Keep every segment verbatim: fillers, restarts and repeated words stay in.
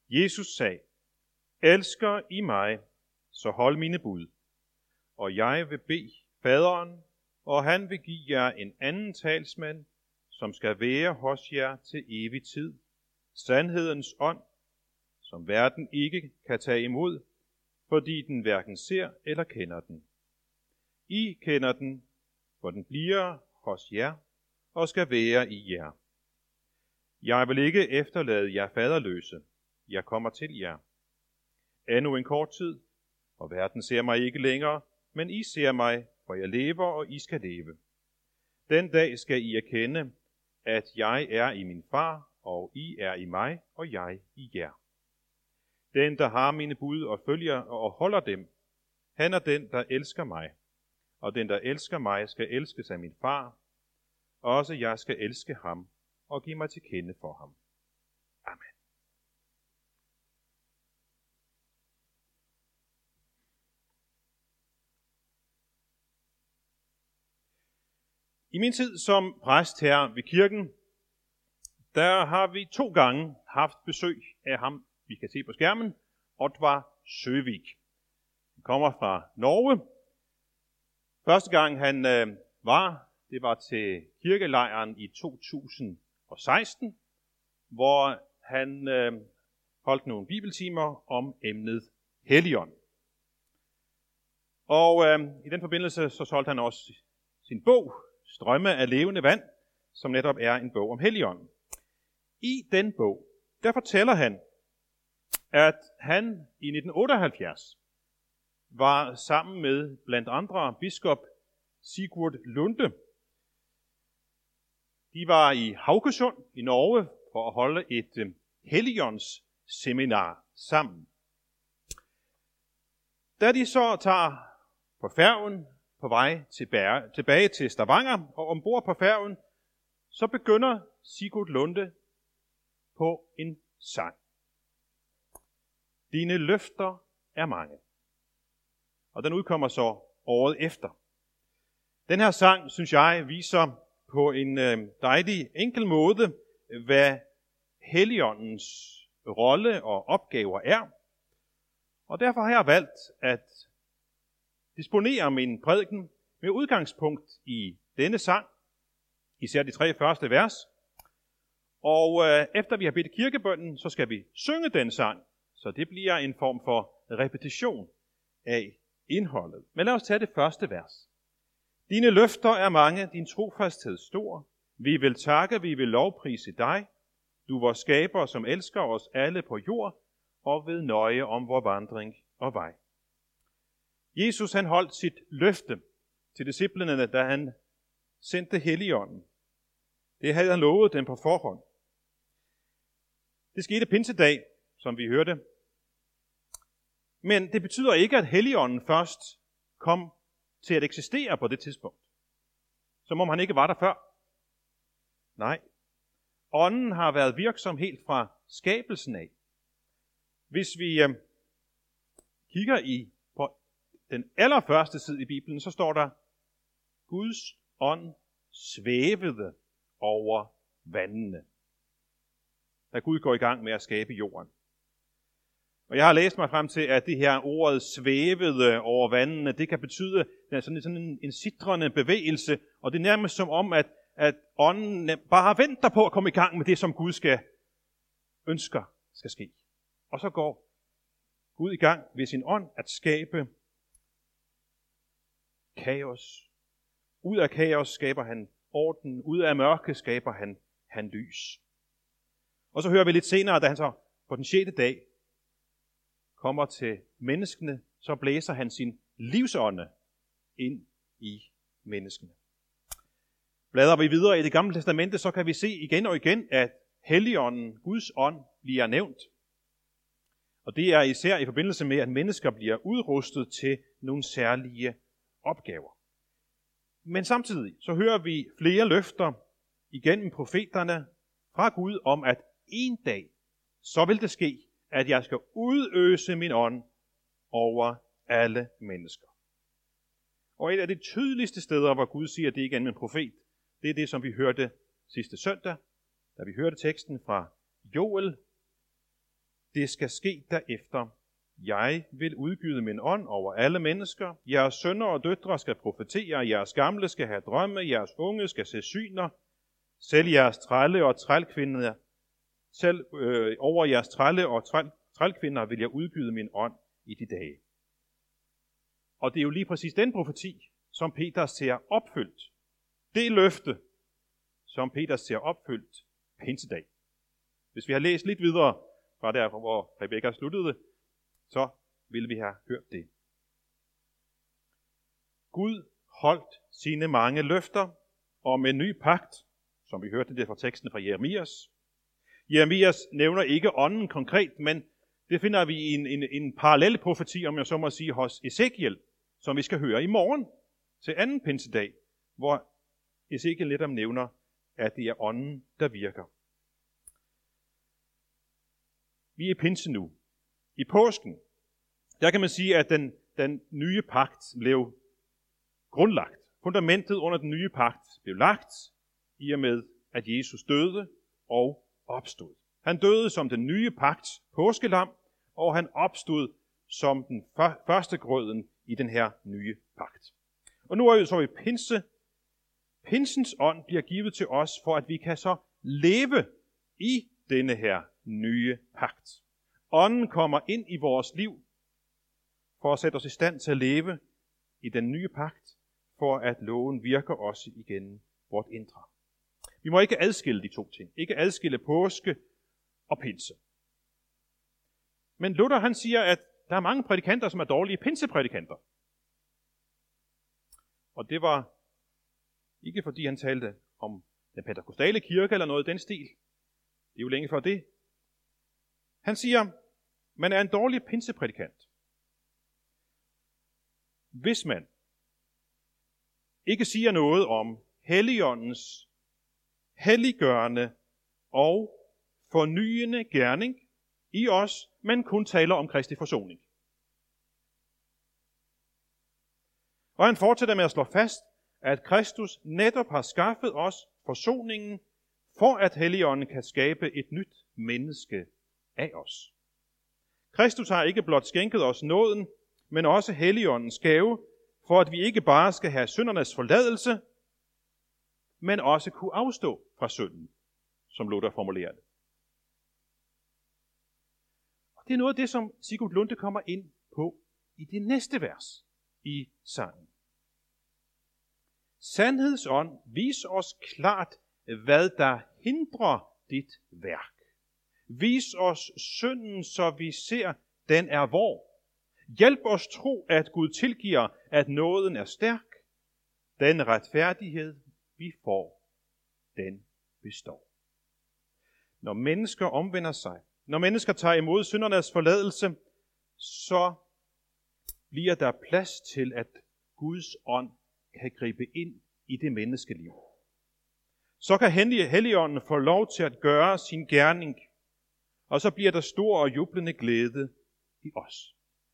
Jesus sagde, elsker I mig, så hold mine bud, og jeg vil bede faderen, og han vil give jer en anden talsmand, som skal være hos jer til evig tid, sandhedens ånd, som verden ikke kan tage imod, fordi den hverken ser eller kender den. I kender den, for den bliver hos jer og skal være i jer. Jeg vil ikke efterlade jer faderløse. Jeg kommer til jer. Endnu en kort tid, og verden ser mig ikke længere, men I ser mig, for jeg lever, og I skal leve. Den dag skal I erkende, at jeg er i min far, og I er i mig, og jeg i jer. Den, der har mine bud og følger og holder dem, han er den, der elsker mig. Og den, der elsker mig, skal elskes af min far. Også jeg skal elske ham og give mig til kende for ham. Amen. I min tid som præst her ved kirken, der har vi to gange haft besøg af ham, vi kan se på skærmen, Oddvar Søvik. Han kommer fra Norge. Første gang han øh, var, det var til kirkelejren i to tusind og seksten, hvor han øh, holdt nogle bibeltimer om emnet Helligånd. Og øh, i den forbindelse så solgte han også sin bog, Strømme af levende vand, som netop er en bog om Helligånden. I den bog, der fortæller han, at han i nitten otteoghalvfjerds var sammen med blandt andre biskop Sigurd Lunde. De var i Haugesund i Norge for at holde et øh, Helligåndsseminar sammen. Da de så tager på færgen på vej tilbage, tilbage til Stavanger, og ombord på færgen, så begynder Sigurd Lunde på en sang. Dine løfter er mange. Og den udkommer så året efter. Den her sang, synes jeg, viser på en dejlig enkel måde, hvad Helligåndens rolle og opgaver er. Og derfor har jeg valgt at disponere min prædiken med udgangspunkt i denne sang, især de tre første vers. Og øh, efter vi har bedt kirkebønnen, så skal vi synge den sang, så det bliver en form for repetition af indholdet. Men lad os tage det første vers. Dine løfter er mange, din trofasthed stor. Vi vil takke, vi vil lovprise dig. Du vor skaber, som elsker os alle på jord, og ved nøje om vor vandring og vej. Jesus han holdt sit løfte til disciplene, da han sendte Helligånden. Det havde han lovet dem på forhånd. Det skete pinsedag, som vi hørte. Men det betyder ikke, at Helligånden først kom til at eksistere på det tidspunkt. Som om han ikke var der før. Nej. Ånden har været virksom helt fra skabelsen af. Hvis vi øh, kigger i på den allerførste side i Bibelen, så står der, Guds ånd svævede over vandene, da Gud går i gang med at skabe jorden. Og jeg har læst mig frem til, at det her ordet svævede over vandene, det kan betyde sådan, sådan en, en sitrende bevægelse, og det er nærmest som om, at, at ånden bare venter på at komme i gang med det, som Gud skal ønsker skal ske. Og så går Gud i gang ved sin ånd at skabe kaos. Ud af kaos skaber han orden, ud af mørke skaber han, han lys. Og så hører vi lidt senere, da han så på den sjette dag kommer til menneskene, så blæser han sin livsånde ind i menneskene. Bladrer vi videre i Det Gamle Testamente, så kan vi se igen og igen, at Helligånden, Guds ånd, bliver nævnt. Og det er især i forbindelse med, at mennesker bliver udrustet til nogle særlige opgaver. Men samtidig så hører vi flere løfter igennem profeterne fra Gud om, at en dag, så vil det ske, at jeg skal udøse min ånd over alle mennesker. Og et af de tydeligste steder, hvor Gud siger det igen med en profet, det er det, som vi hørte sidste søndag, da vi hørte teksten fra Joel, det skal ske derefter. Jeg vil udgyde min ånd over alle mennesker. Jeres sønner og døtre skal profetere, jeres gamle skal have drømme, jeres unge skal se syner. Selv jeres trælle og trælkvinder, selv øh, over jeres trælle og træl, trælkvinder vil jeg udgyde min ånd i de dage. Og det er jo lige præcis den profeti, som Peter ser opfyldt. Det løfte, som Peter ser opfyldt pinsedag. Hvis vi har læst lidt videre fra der, hvor Rebekka sluttede, så vil vi have hørt det. Gud holdt sine mange løfter om en ny pagt, som vi hørte det fra teksten fra Jeremias. Jeremias nævner ikke ånden konkret, men det finder vi i en, en, en parallel profeti, om jeg så må sige, hos Ezekiel, som vi skal høre i morgen til anden pinsedag, hvor Ezekiel netop nævner, at det er ånden, der virker. Vi er i pinse nu. I påsken, der kan man sige, at den, den nye pagt blev grundlagt. Fundamentet under den nye pagt blev lagt i og med, at Jesus døde og opstod. Han døde som den nye pagts påskelam, og han opstod som den første grøden i den her nye pagt. Og nu er vi så i pinse. Pinsens ånd bliver givet til os, for at vi kan så leve i denne her nye pagt. Ånden kommer ind i vores liv, for at sætte os i stand til at leve i den nye pagt, for at loven virker også igennem vort indre. Vi må ikke adskille de to ting. Ikke adskille påske og pinse. Men Luther han siger, at der er mange prædikanter, som er dårlige pinseprædikanter. Og det var ikke fordi han talte om den pentekostale kirke eller noget i den stil. Det er jo længe før det. Han siger, man er en dårlig pinseprædikant, hvis man ikke siger noget om Helligåndens helliggørende og fornyende gerning i os, men kun taler om Kristi forsoning. Og han fortsætter med at slå fast, at Kristus netop har skaffet os forsoningen, for at Helligånden kan skabe et nyt menneske af os. Kristus har ikke blot skænket os nåden, men også Helligåndens gave, for at vi ikke bare skal have syndernes forladelse, men også kunne afstå fra synden, som Luther formulerer det. Og det er noget af det, som Sigurd Lunde kommer ind på i det næste vers i sangen. Sandhedsånd, vis os klart, hvad der hindrer dit værk. Vis os synden, så vi ser, den er vor. Hjælp os tro, at Gud tilgiver, at nåden er stærk. Den retfærdighed, vi får, den består. Når mennesker omvender sig, når mennesker tager imod syndernes forladelse, så bliver der plads til, at Guds ånd kan gribe ind i det menneskeliv. Så kan Helligånden få lov til at gøre sin gerning, og så bliver der stor og jublende glæde i os.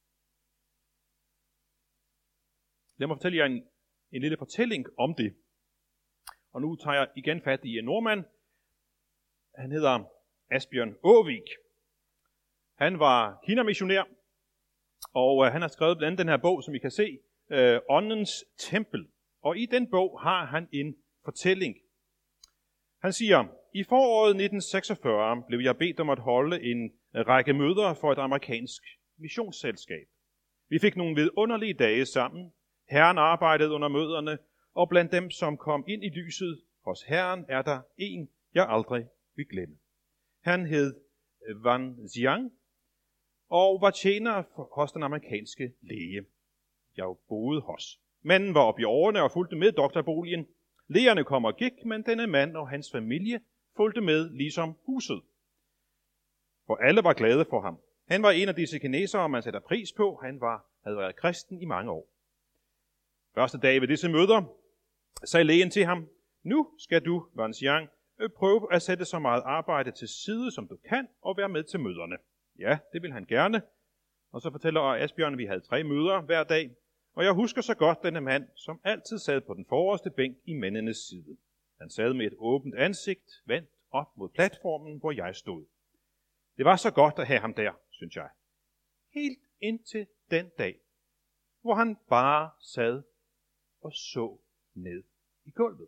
Lad mig fortælle jer en, en lille fortælling om det. Og nu tager jeg igen fat i en nordmand. Han hedder Asbjørn Aavik. Han var kinamissionær, og han har skrevet blandt andet den her bog, som I kan se, øh, Åndens Tempel. Og i den bog har han en fortælling. Han siger, i foråret nitten seksogfyrre blev jeg bedt om at holde en række møder for et amerikansk missionsselskab. Vi fik nogle vidunderlige dage sammen. Herren arbejdede under møderne, og blandt dem, som kom ind i lyset hos Herren, er der en, jeg aldrig vil glemme. Han hed Van Ziang og var tjener hos den amerikanske læge, jeg boede hos. Manden var oppe i årene og fulgte med doktorboligen. Lægerne kom og gik, men denne mand og hans familie fulgte med ligesom huset. For alle var glade for ham. Han var en af disse kinesere, man sætter pris på. Han var, havde været kristen i mange år. Første dag ved disse møder sagde lægen til ham, nu skal du, Van Ziang, prøve at sætte så meget arbejde til side, som du kan, og være med til møderne. Ja, det vil han gerne. Og så fortæller Asbjørn, at vi havde tre møder hver dag. Og jeg husker så godt denne mand, som altid sad på den forreste bænk i mændenes side. Han sad med et åbent ansigt, vendt op mod platformen, hvor jeg stod. Det var så godt at have ham der, synes jeg. Helt indtil den dag, hvor han bare sad og så ned i gulvet.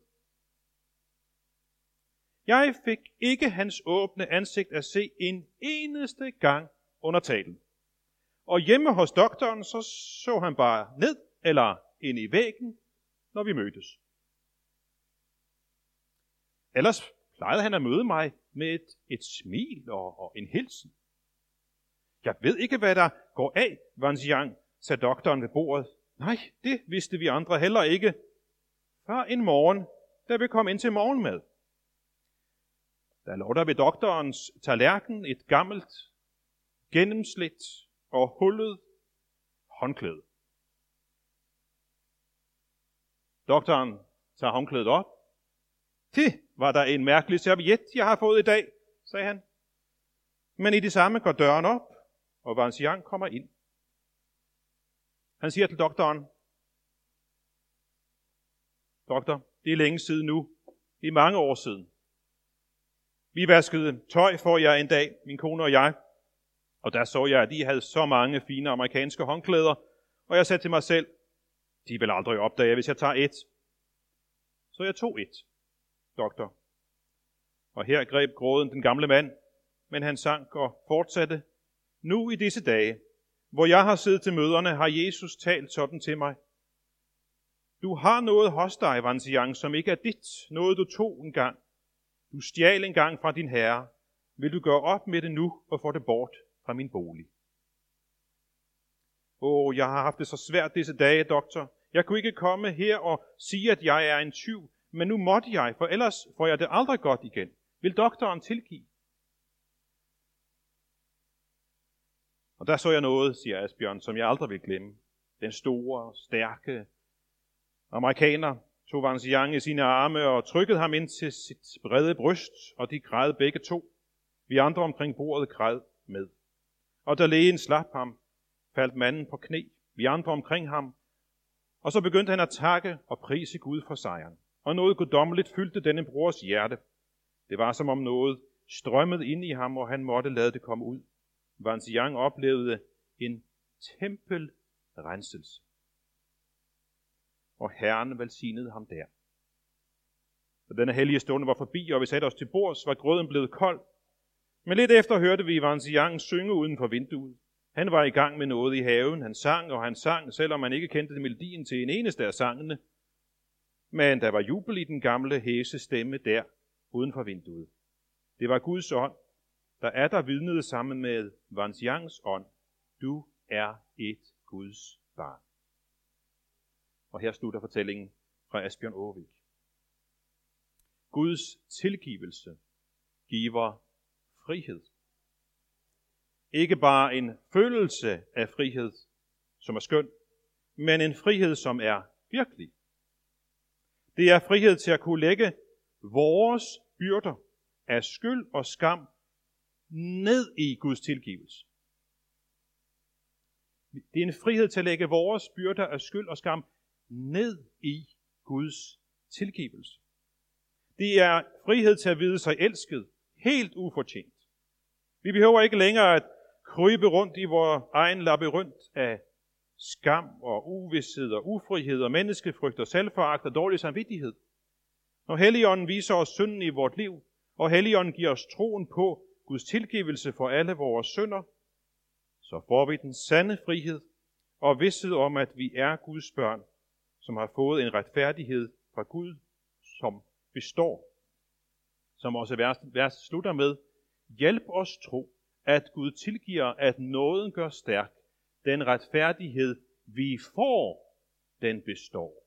Jeg fik ikke hans åbne ansigt at se en eneste gang under talen. Og hjemme hos doktoren, så så han bare ned eller ind i væggen, når vi mødtes. Ellers plejede han at møde mig med et, et smil og, og en hilsen. Jeg ved ikke, hvad der går af, Vincian, sagde doktoren ved bordet. Nej, det vidste vi andre heller ikke. Før en morgen, da vi kom ind til morgenmad. Der lå der ved doktorens tallerken et gammelt, gennemslidt og hullet håndklæde. Doktoren tager håndklædet op. Det var der en mærkelig serviet, jeg har fået i dag, sagde han. Men i det samme går døren op, og Vincian kommer ind. Han siger til doktoren, doktor, det er længe siden nu, det er mange år siden. Vi vaskede tøj for jer en dag, min kone og jeg, og der så jeg, at I havde så mange fine amerikanske håndklæder, og jeg sagde til mig selv, de vil aldrig opdage, hvis jeg tager et. Så jeg tog et, doktor. Og her greb gråden den gamle mand, men han sank og fortsatte. Nu i disse dage, hvor jeg har siddet til møderne, har Jesus talt sådan til mig. Du har noget hos dig, Vincian, som ikke er dit, noget du tog engang. Du stjal engang fra din herre. Vil du gøre op med det nu og få det bort fra min bolig? Åh, jeg har haft det så svært disse dage, doktor. Jeg kunne ikke komme her og sige, at jeg er en tyv, men nu måtte jeg, for ellers får jeg det aldrig godt igen. Vil doktoren tilgive? Og der så jeg noget, siger Asbjørn, som jeg aldrig vil glemme. Den store, stærke amerikaner tog Vincian i sine arme og trykkede ham ind til sit brede bryst, og de græd begge to. Vi andre omkring bordet græd med. Og da lægen slap ham, faldt manden på knæ, vi andre omkring ham, og så begyndte han at takke og prise Gud for sejren. Og noget guddommeligt fyldte denne brors hjerte. Det var som om noget strømmede ind i ham, og han måtte lade det komme ud. Vincian oplevede en tempelrenselse. Og Herren velsignede ham der. Da denne hellige stunde var forbi, og vi satte os til bords, var grøden blevet kold. Men lidt efter hørte vi Vincian synge uden for vinduet. Han var i gang med noget i haven. Han sang, og han sang, selvom man ikke kendte melodien til en eneste af sangene. Men der var jubel i den gamle hæse stemme der, uden for vinduet. Det var Guds ånd, der er der vidnede sammen med Vincians ånd. Du er et Guds barn. Og her slutter fortællingen fra Asbjørn Aavik. Guds tilgivelse giver frihed. Ikke bare en følelse af frihed, som er skøn, men en frihed, som er virkelig. Det er frihed til at kunne lægge vores byrder af skyld og skam ned i Guds tilgivelse. Det er en frihed til at lægge vores byrder af skyld og skam ned i Guds tilgivelse. Det er frihed til at vide sig elsket, helt ufortjent. Vi behøver ikke længere at krybe rundt i vores egen labyrint af skam og uvished og ufrihed og menneskefrygt og selvforagt og dårlig samvittighed. Når Helligånden viser os synden i vort liv, og Helligånden giver os troen på Guds tilgivelse for alle vores synder, så får vi den sande frihed og vidsthed om, at vi er Guds børn, som har fået en retfærdighed fra Gud, som består. Som også verset, verset slutter med, hjælp os tro, at Gud tilgiver, at nåden gør stærk. Den retfærdighed, vi får, den består.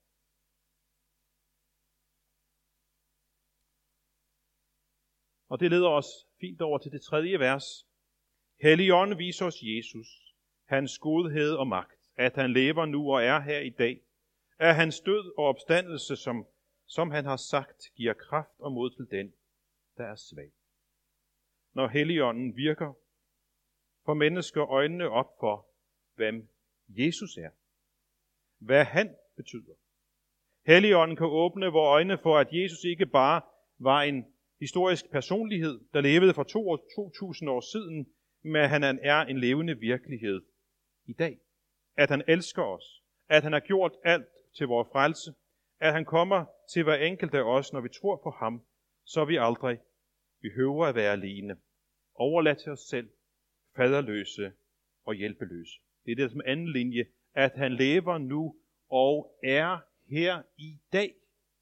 Og det leder os fint over til det tredje vers. Helligånden viser os Jesus, hans godhed og magt, at han lever nu og er her i dag, at hans død og opstandelse, som, som han har sagt, giver kraft og mod til den, der er svag. Når Helligånden virker, får mennesker øjnene op for, hvem Jesus er. Hvad han betyder. Helligånden kan åbne vores øjne for, at Jesus ikke bare var en, historisk personlighed, der levede for to tusind år siden, men at han er en levende virkelighed i dag. At han elsker os, at han har gjort alt til vores frelse, at han kommer til hver enkelt af os, når vi tror på ham, så vi aldrig behøver at være alene, overladt til os selv, faderløse og hjælpeløse. Det er det som anden linje, at han lever nu og er her i dag.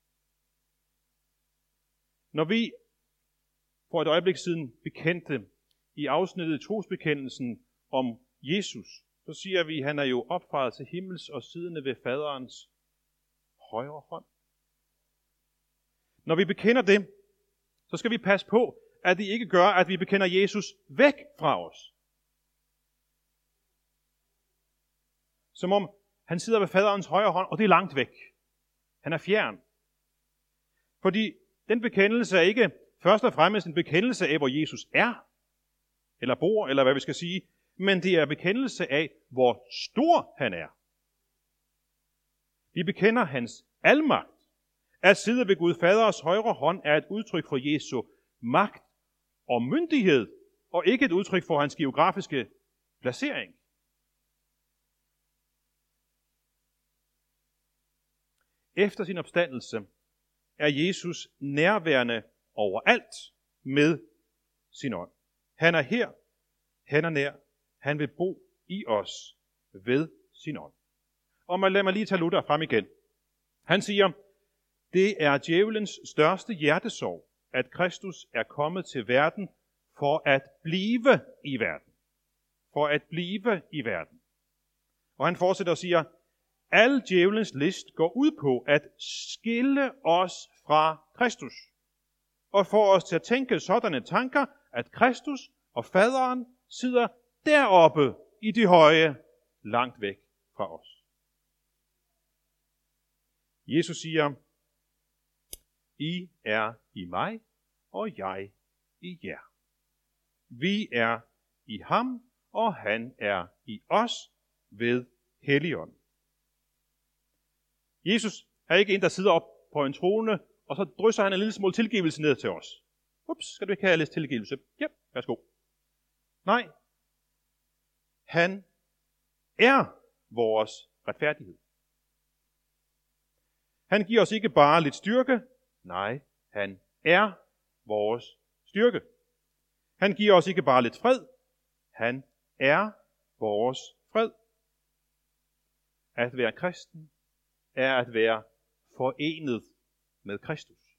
Når vi for et øjeblik siden bekendte i afsnittet trosbekendelsen om Jesus, så siger vi, at han er jo opfaret til himmels og siddende ved faderens højre hånd. Når vi bekender det, så skal vi passe på, at det ikke gør, at vi bekender Jesus væk fra os. Som om han sidder ved faderens højre hånd, og det er langt væk. Han er fjern. Fordi den bekendelse er ikke først og fremmest en bekendelse af, hvor Jesus er, eller bor, eller hvad vi skal sige, men det er en bekendelse af, hvor stor han er. Vi bekender hans almagt. At sidde ved Gud Faders højre hånd er et udtryk for Jesu magt og myndighed, og ikke et udtryk for hans geografiske placering. Efter sin opstandelse er Jesus nærværende overalt med sin ånd. Han er her, han er nær, han vil bo i os ved sin ånd. Og lad mig lige tage Luther frem igen. Han siger, det er djævelens største hjertesorg, at Kristus er kommet til verden for at blive i verden. For at blive i verden. Og han fortsætter og siger, al djævelens list går ud på at skille os fra Kristus. Og få os til at tænke sådanne tanker, at Kristus og faderen sidder deroppe i de høje, langt væk fra os. Jesus siger, I er i mig, og jeg i jer. Vi er i ham, og han er i os ved Helligånden. Jesus er ikke en, der sidder op på en trone, og så drysser han en lille smule tilgivelse ned til os. Ups, skal du ikke have lidt tilgivelse? Ja, værsgo. Nej, han er vores retfærdighed. Han giver os ikke bare lidt styrke, nej, han er vores styrke. Han giver os ikke bare lidt fred, han er vores fred. At være kristen er at være forenet med Kristus.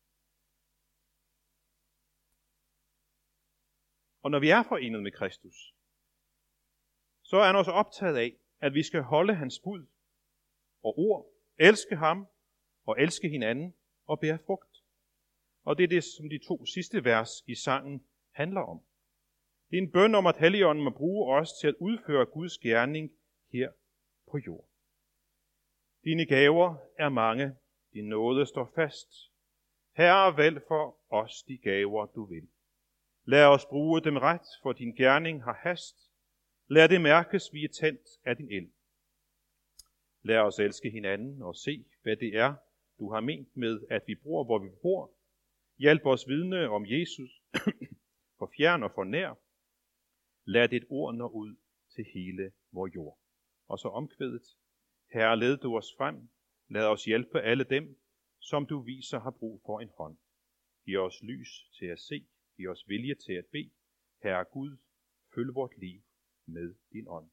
Og når vi er forenet med Kristus, så er han også optaget af, at vi skal holde hans bud og ord, elske ham og elske hinanden og bære frugt. Og det er det, som de to sidste vers i sangen handler om. Det er en bøn om, at Helligånden må bruge os til at udføre Guds gerning her på jord. Dine gaver er mange, din nåde står fast. Herre, vælg for os de gaver, du vil. Lad os bruge dem ret, for din gerning har hast. Lad det mærkes, vi er tændt af din ild. Lad os elske hinanden og se, hvad det er, du har ment med, at vi bor, hvor vi bor. Hjælp os vidne om Jesus, for fjern og for nær. Lad dit ord nå ud til hele vor jord. Og så omkvædet. Herre, led du os frem. Lad os hjælpe alle dem, som du viser har brug for en hånd. Giv os lys til at se. Giv os vilje til at bede. Herre Gud, følg vort liv med din ånd.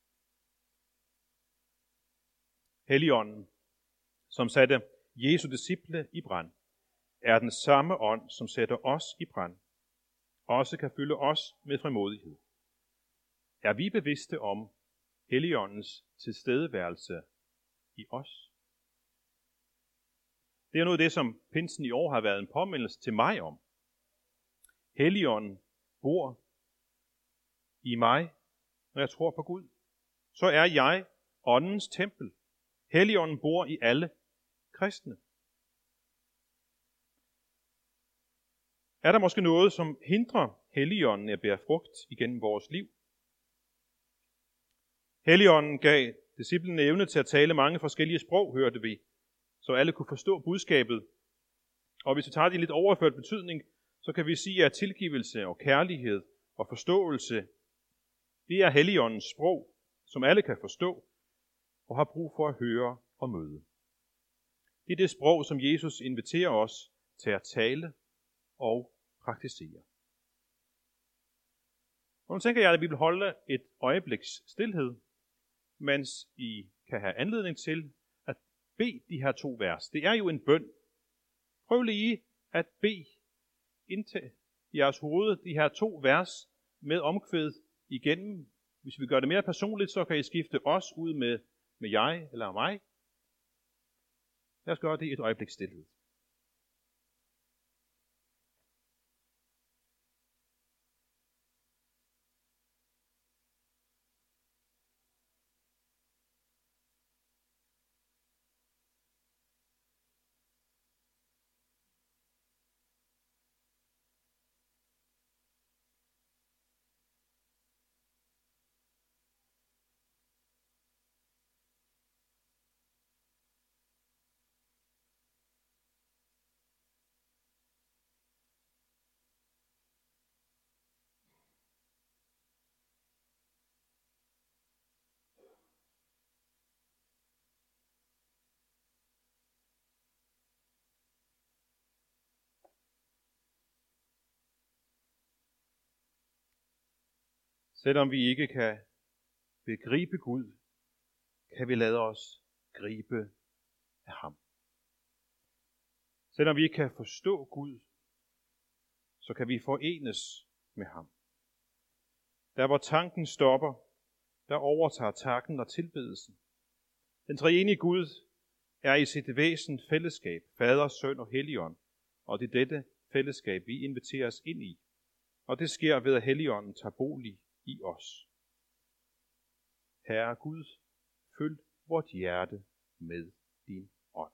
Helligånden, som satte Jesu disciple i brand, er den samme ånd, som sætter os i brand, også kan fylde os med frimodighed. Er vi bevidste om Helligåndens tilstedeværelse i os? Det er noget af det, som pinsen i år har været en påmindelse til mig om. Helligånden bor i mig, når jeg tror på Gud. Så er jeg åndens tempel. Helligånden bor i alle kristne. Er der måske noget, som hindrer Helligånden at bære frugt igennem vores liv? Helligånden gav disciplene evne til at tale mange forskellige sprog, hørte vi, så alle kunne forstå budskabet. Og hvis vi tager det i lidt overført betydning, så kan vi sige, at tilgivelse og kærlighed og forståelse, det er Helligåndens sprog, som alle kan forstå og har brug for at høre og møde. Det er det sprog, som Jesus inviterer os til at tale og praktisere. Og nu tænker jeg, at vi vil holde et øjebliks stilhed, mens I kan have anledning til at bede de her to vers. Det er jo en bøn. Prøv lige at bede indtil i jeres hoved de her to vers med omkvæd igennem. Hvis vi gør det mere personligt, så kan I skifte os ud med, med jeg eller mig. Lad os gøre det i et øjeblik stilhed. Selvom vi ikke kan begribe Gud, kan vi lade os gribe af ham. Selvom vi ikke kan forstå Gud, så kan vi forenes med ham. Der hvor tanken stopper, der overtager takken og tilbedelsen. Den treenige Gud er i sit væsen fællesskab, Fader, Søn og Helligånd, og det er dette fællesskab, vi inviteres ind i. Og det sker ved, at Helligånden tager bolig i os. Herre Gud, fyld vort hjerte med din ånd.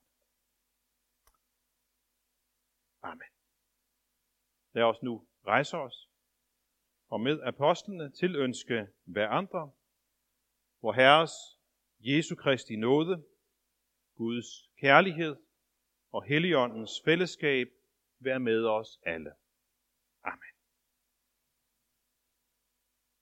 Amen. Lad os nu rejse os og med apostlene tilønske hver andre, vor Herres Jesu Kristi nåde, Guds kærlighed og Helligåndens fællesskab være med os alle. Amen.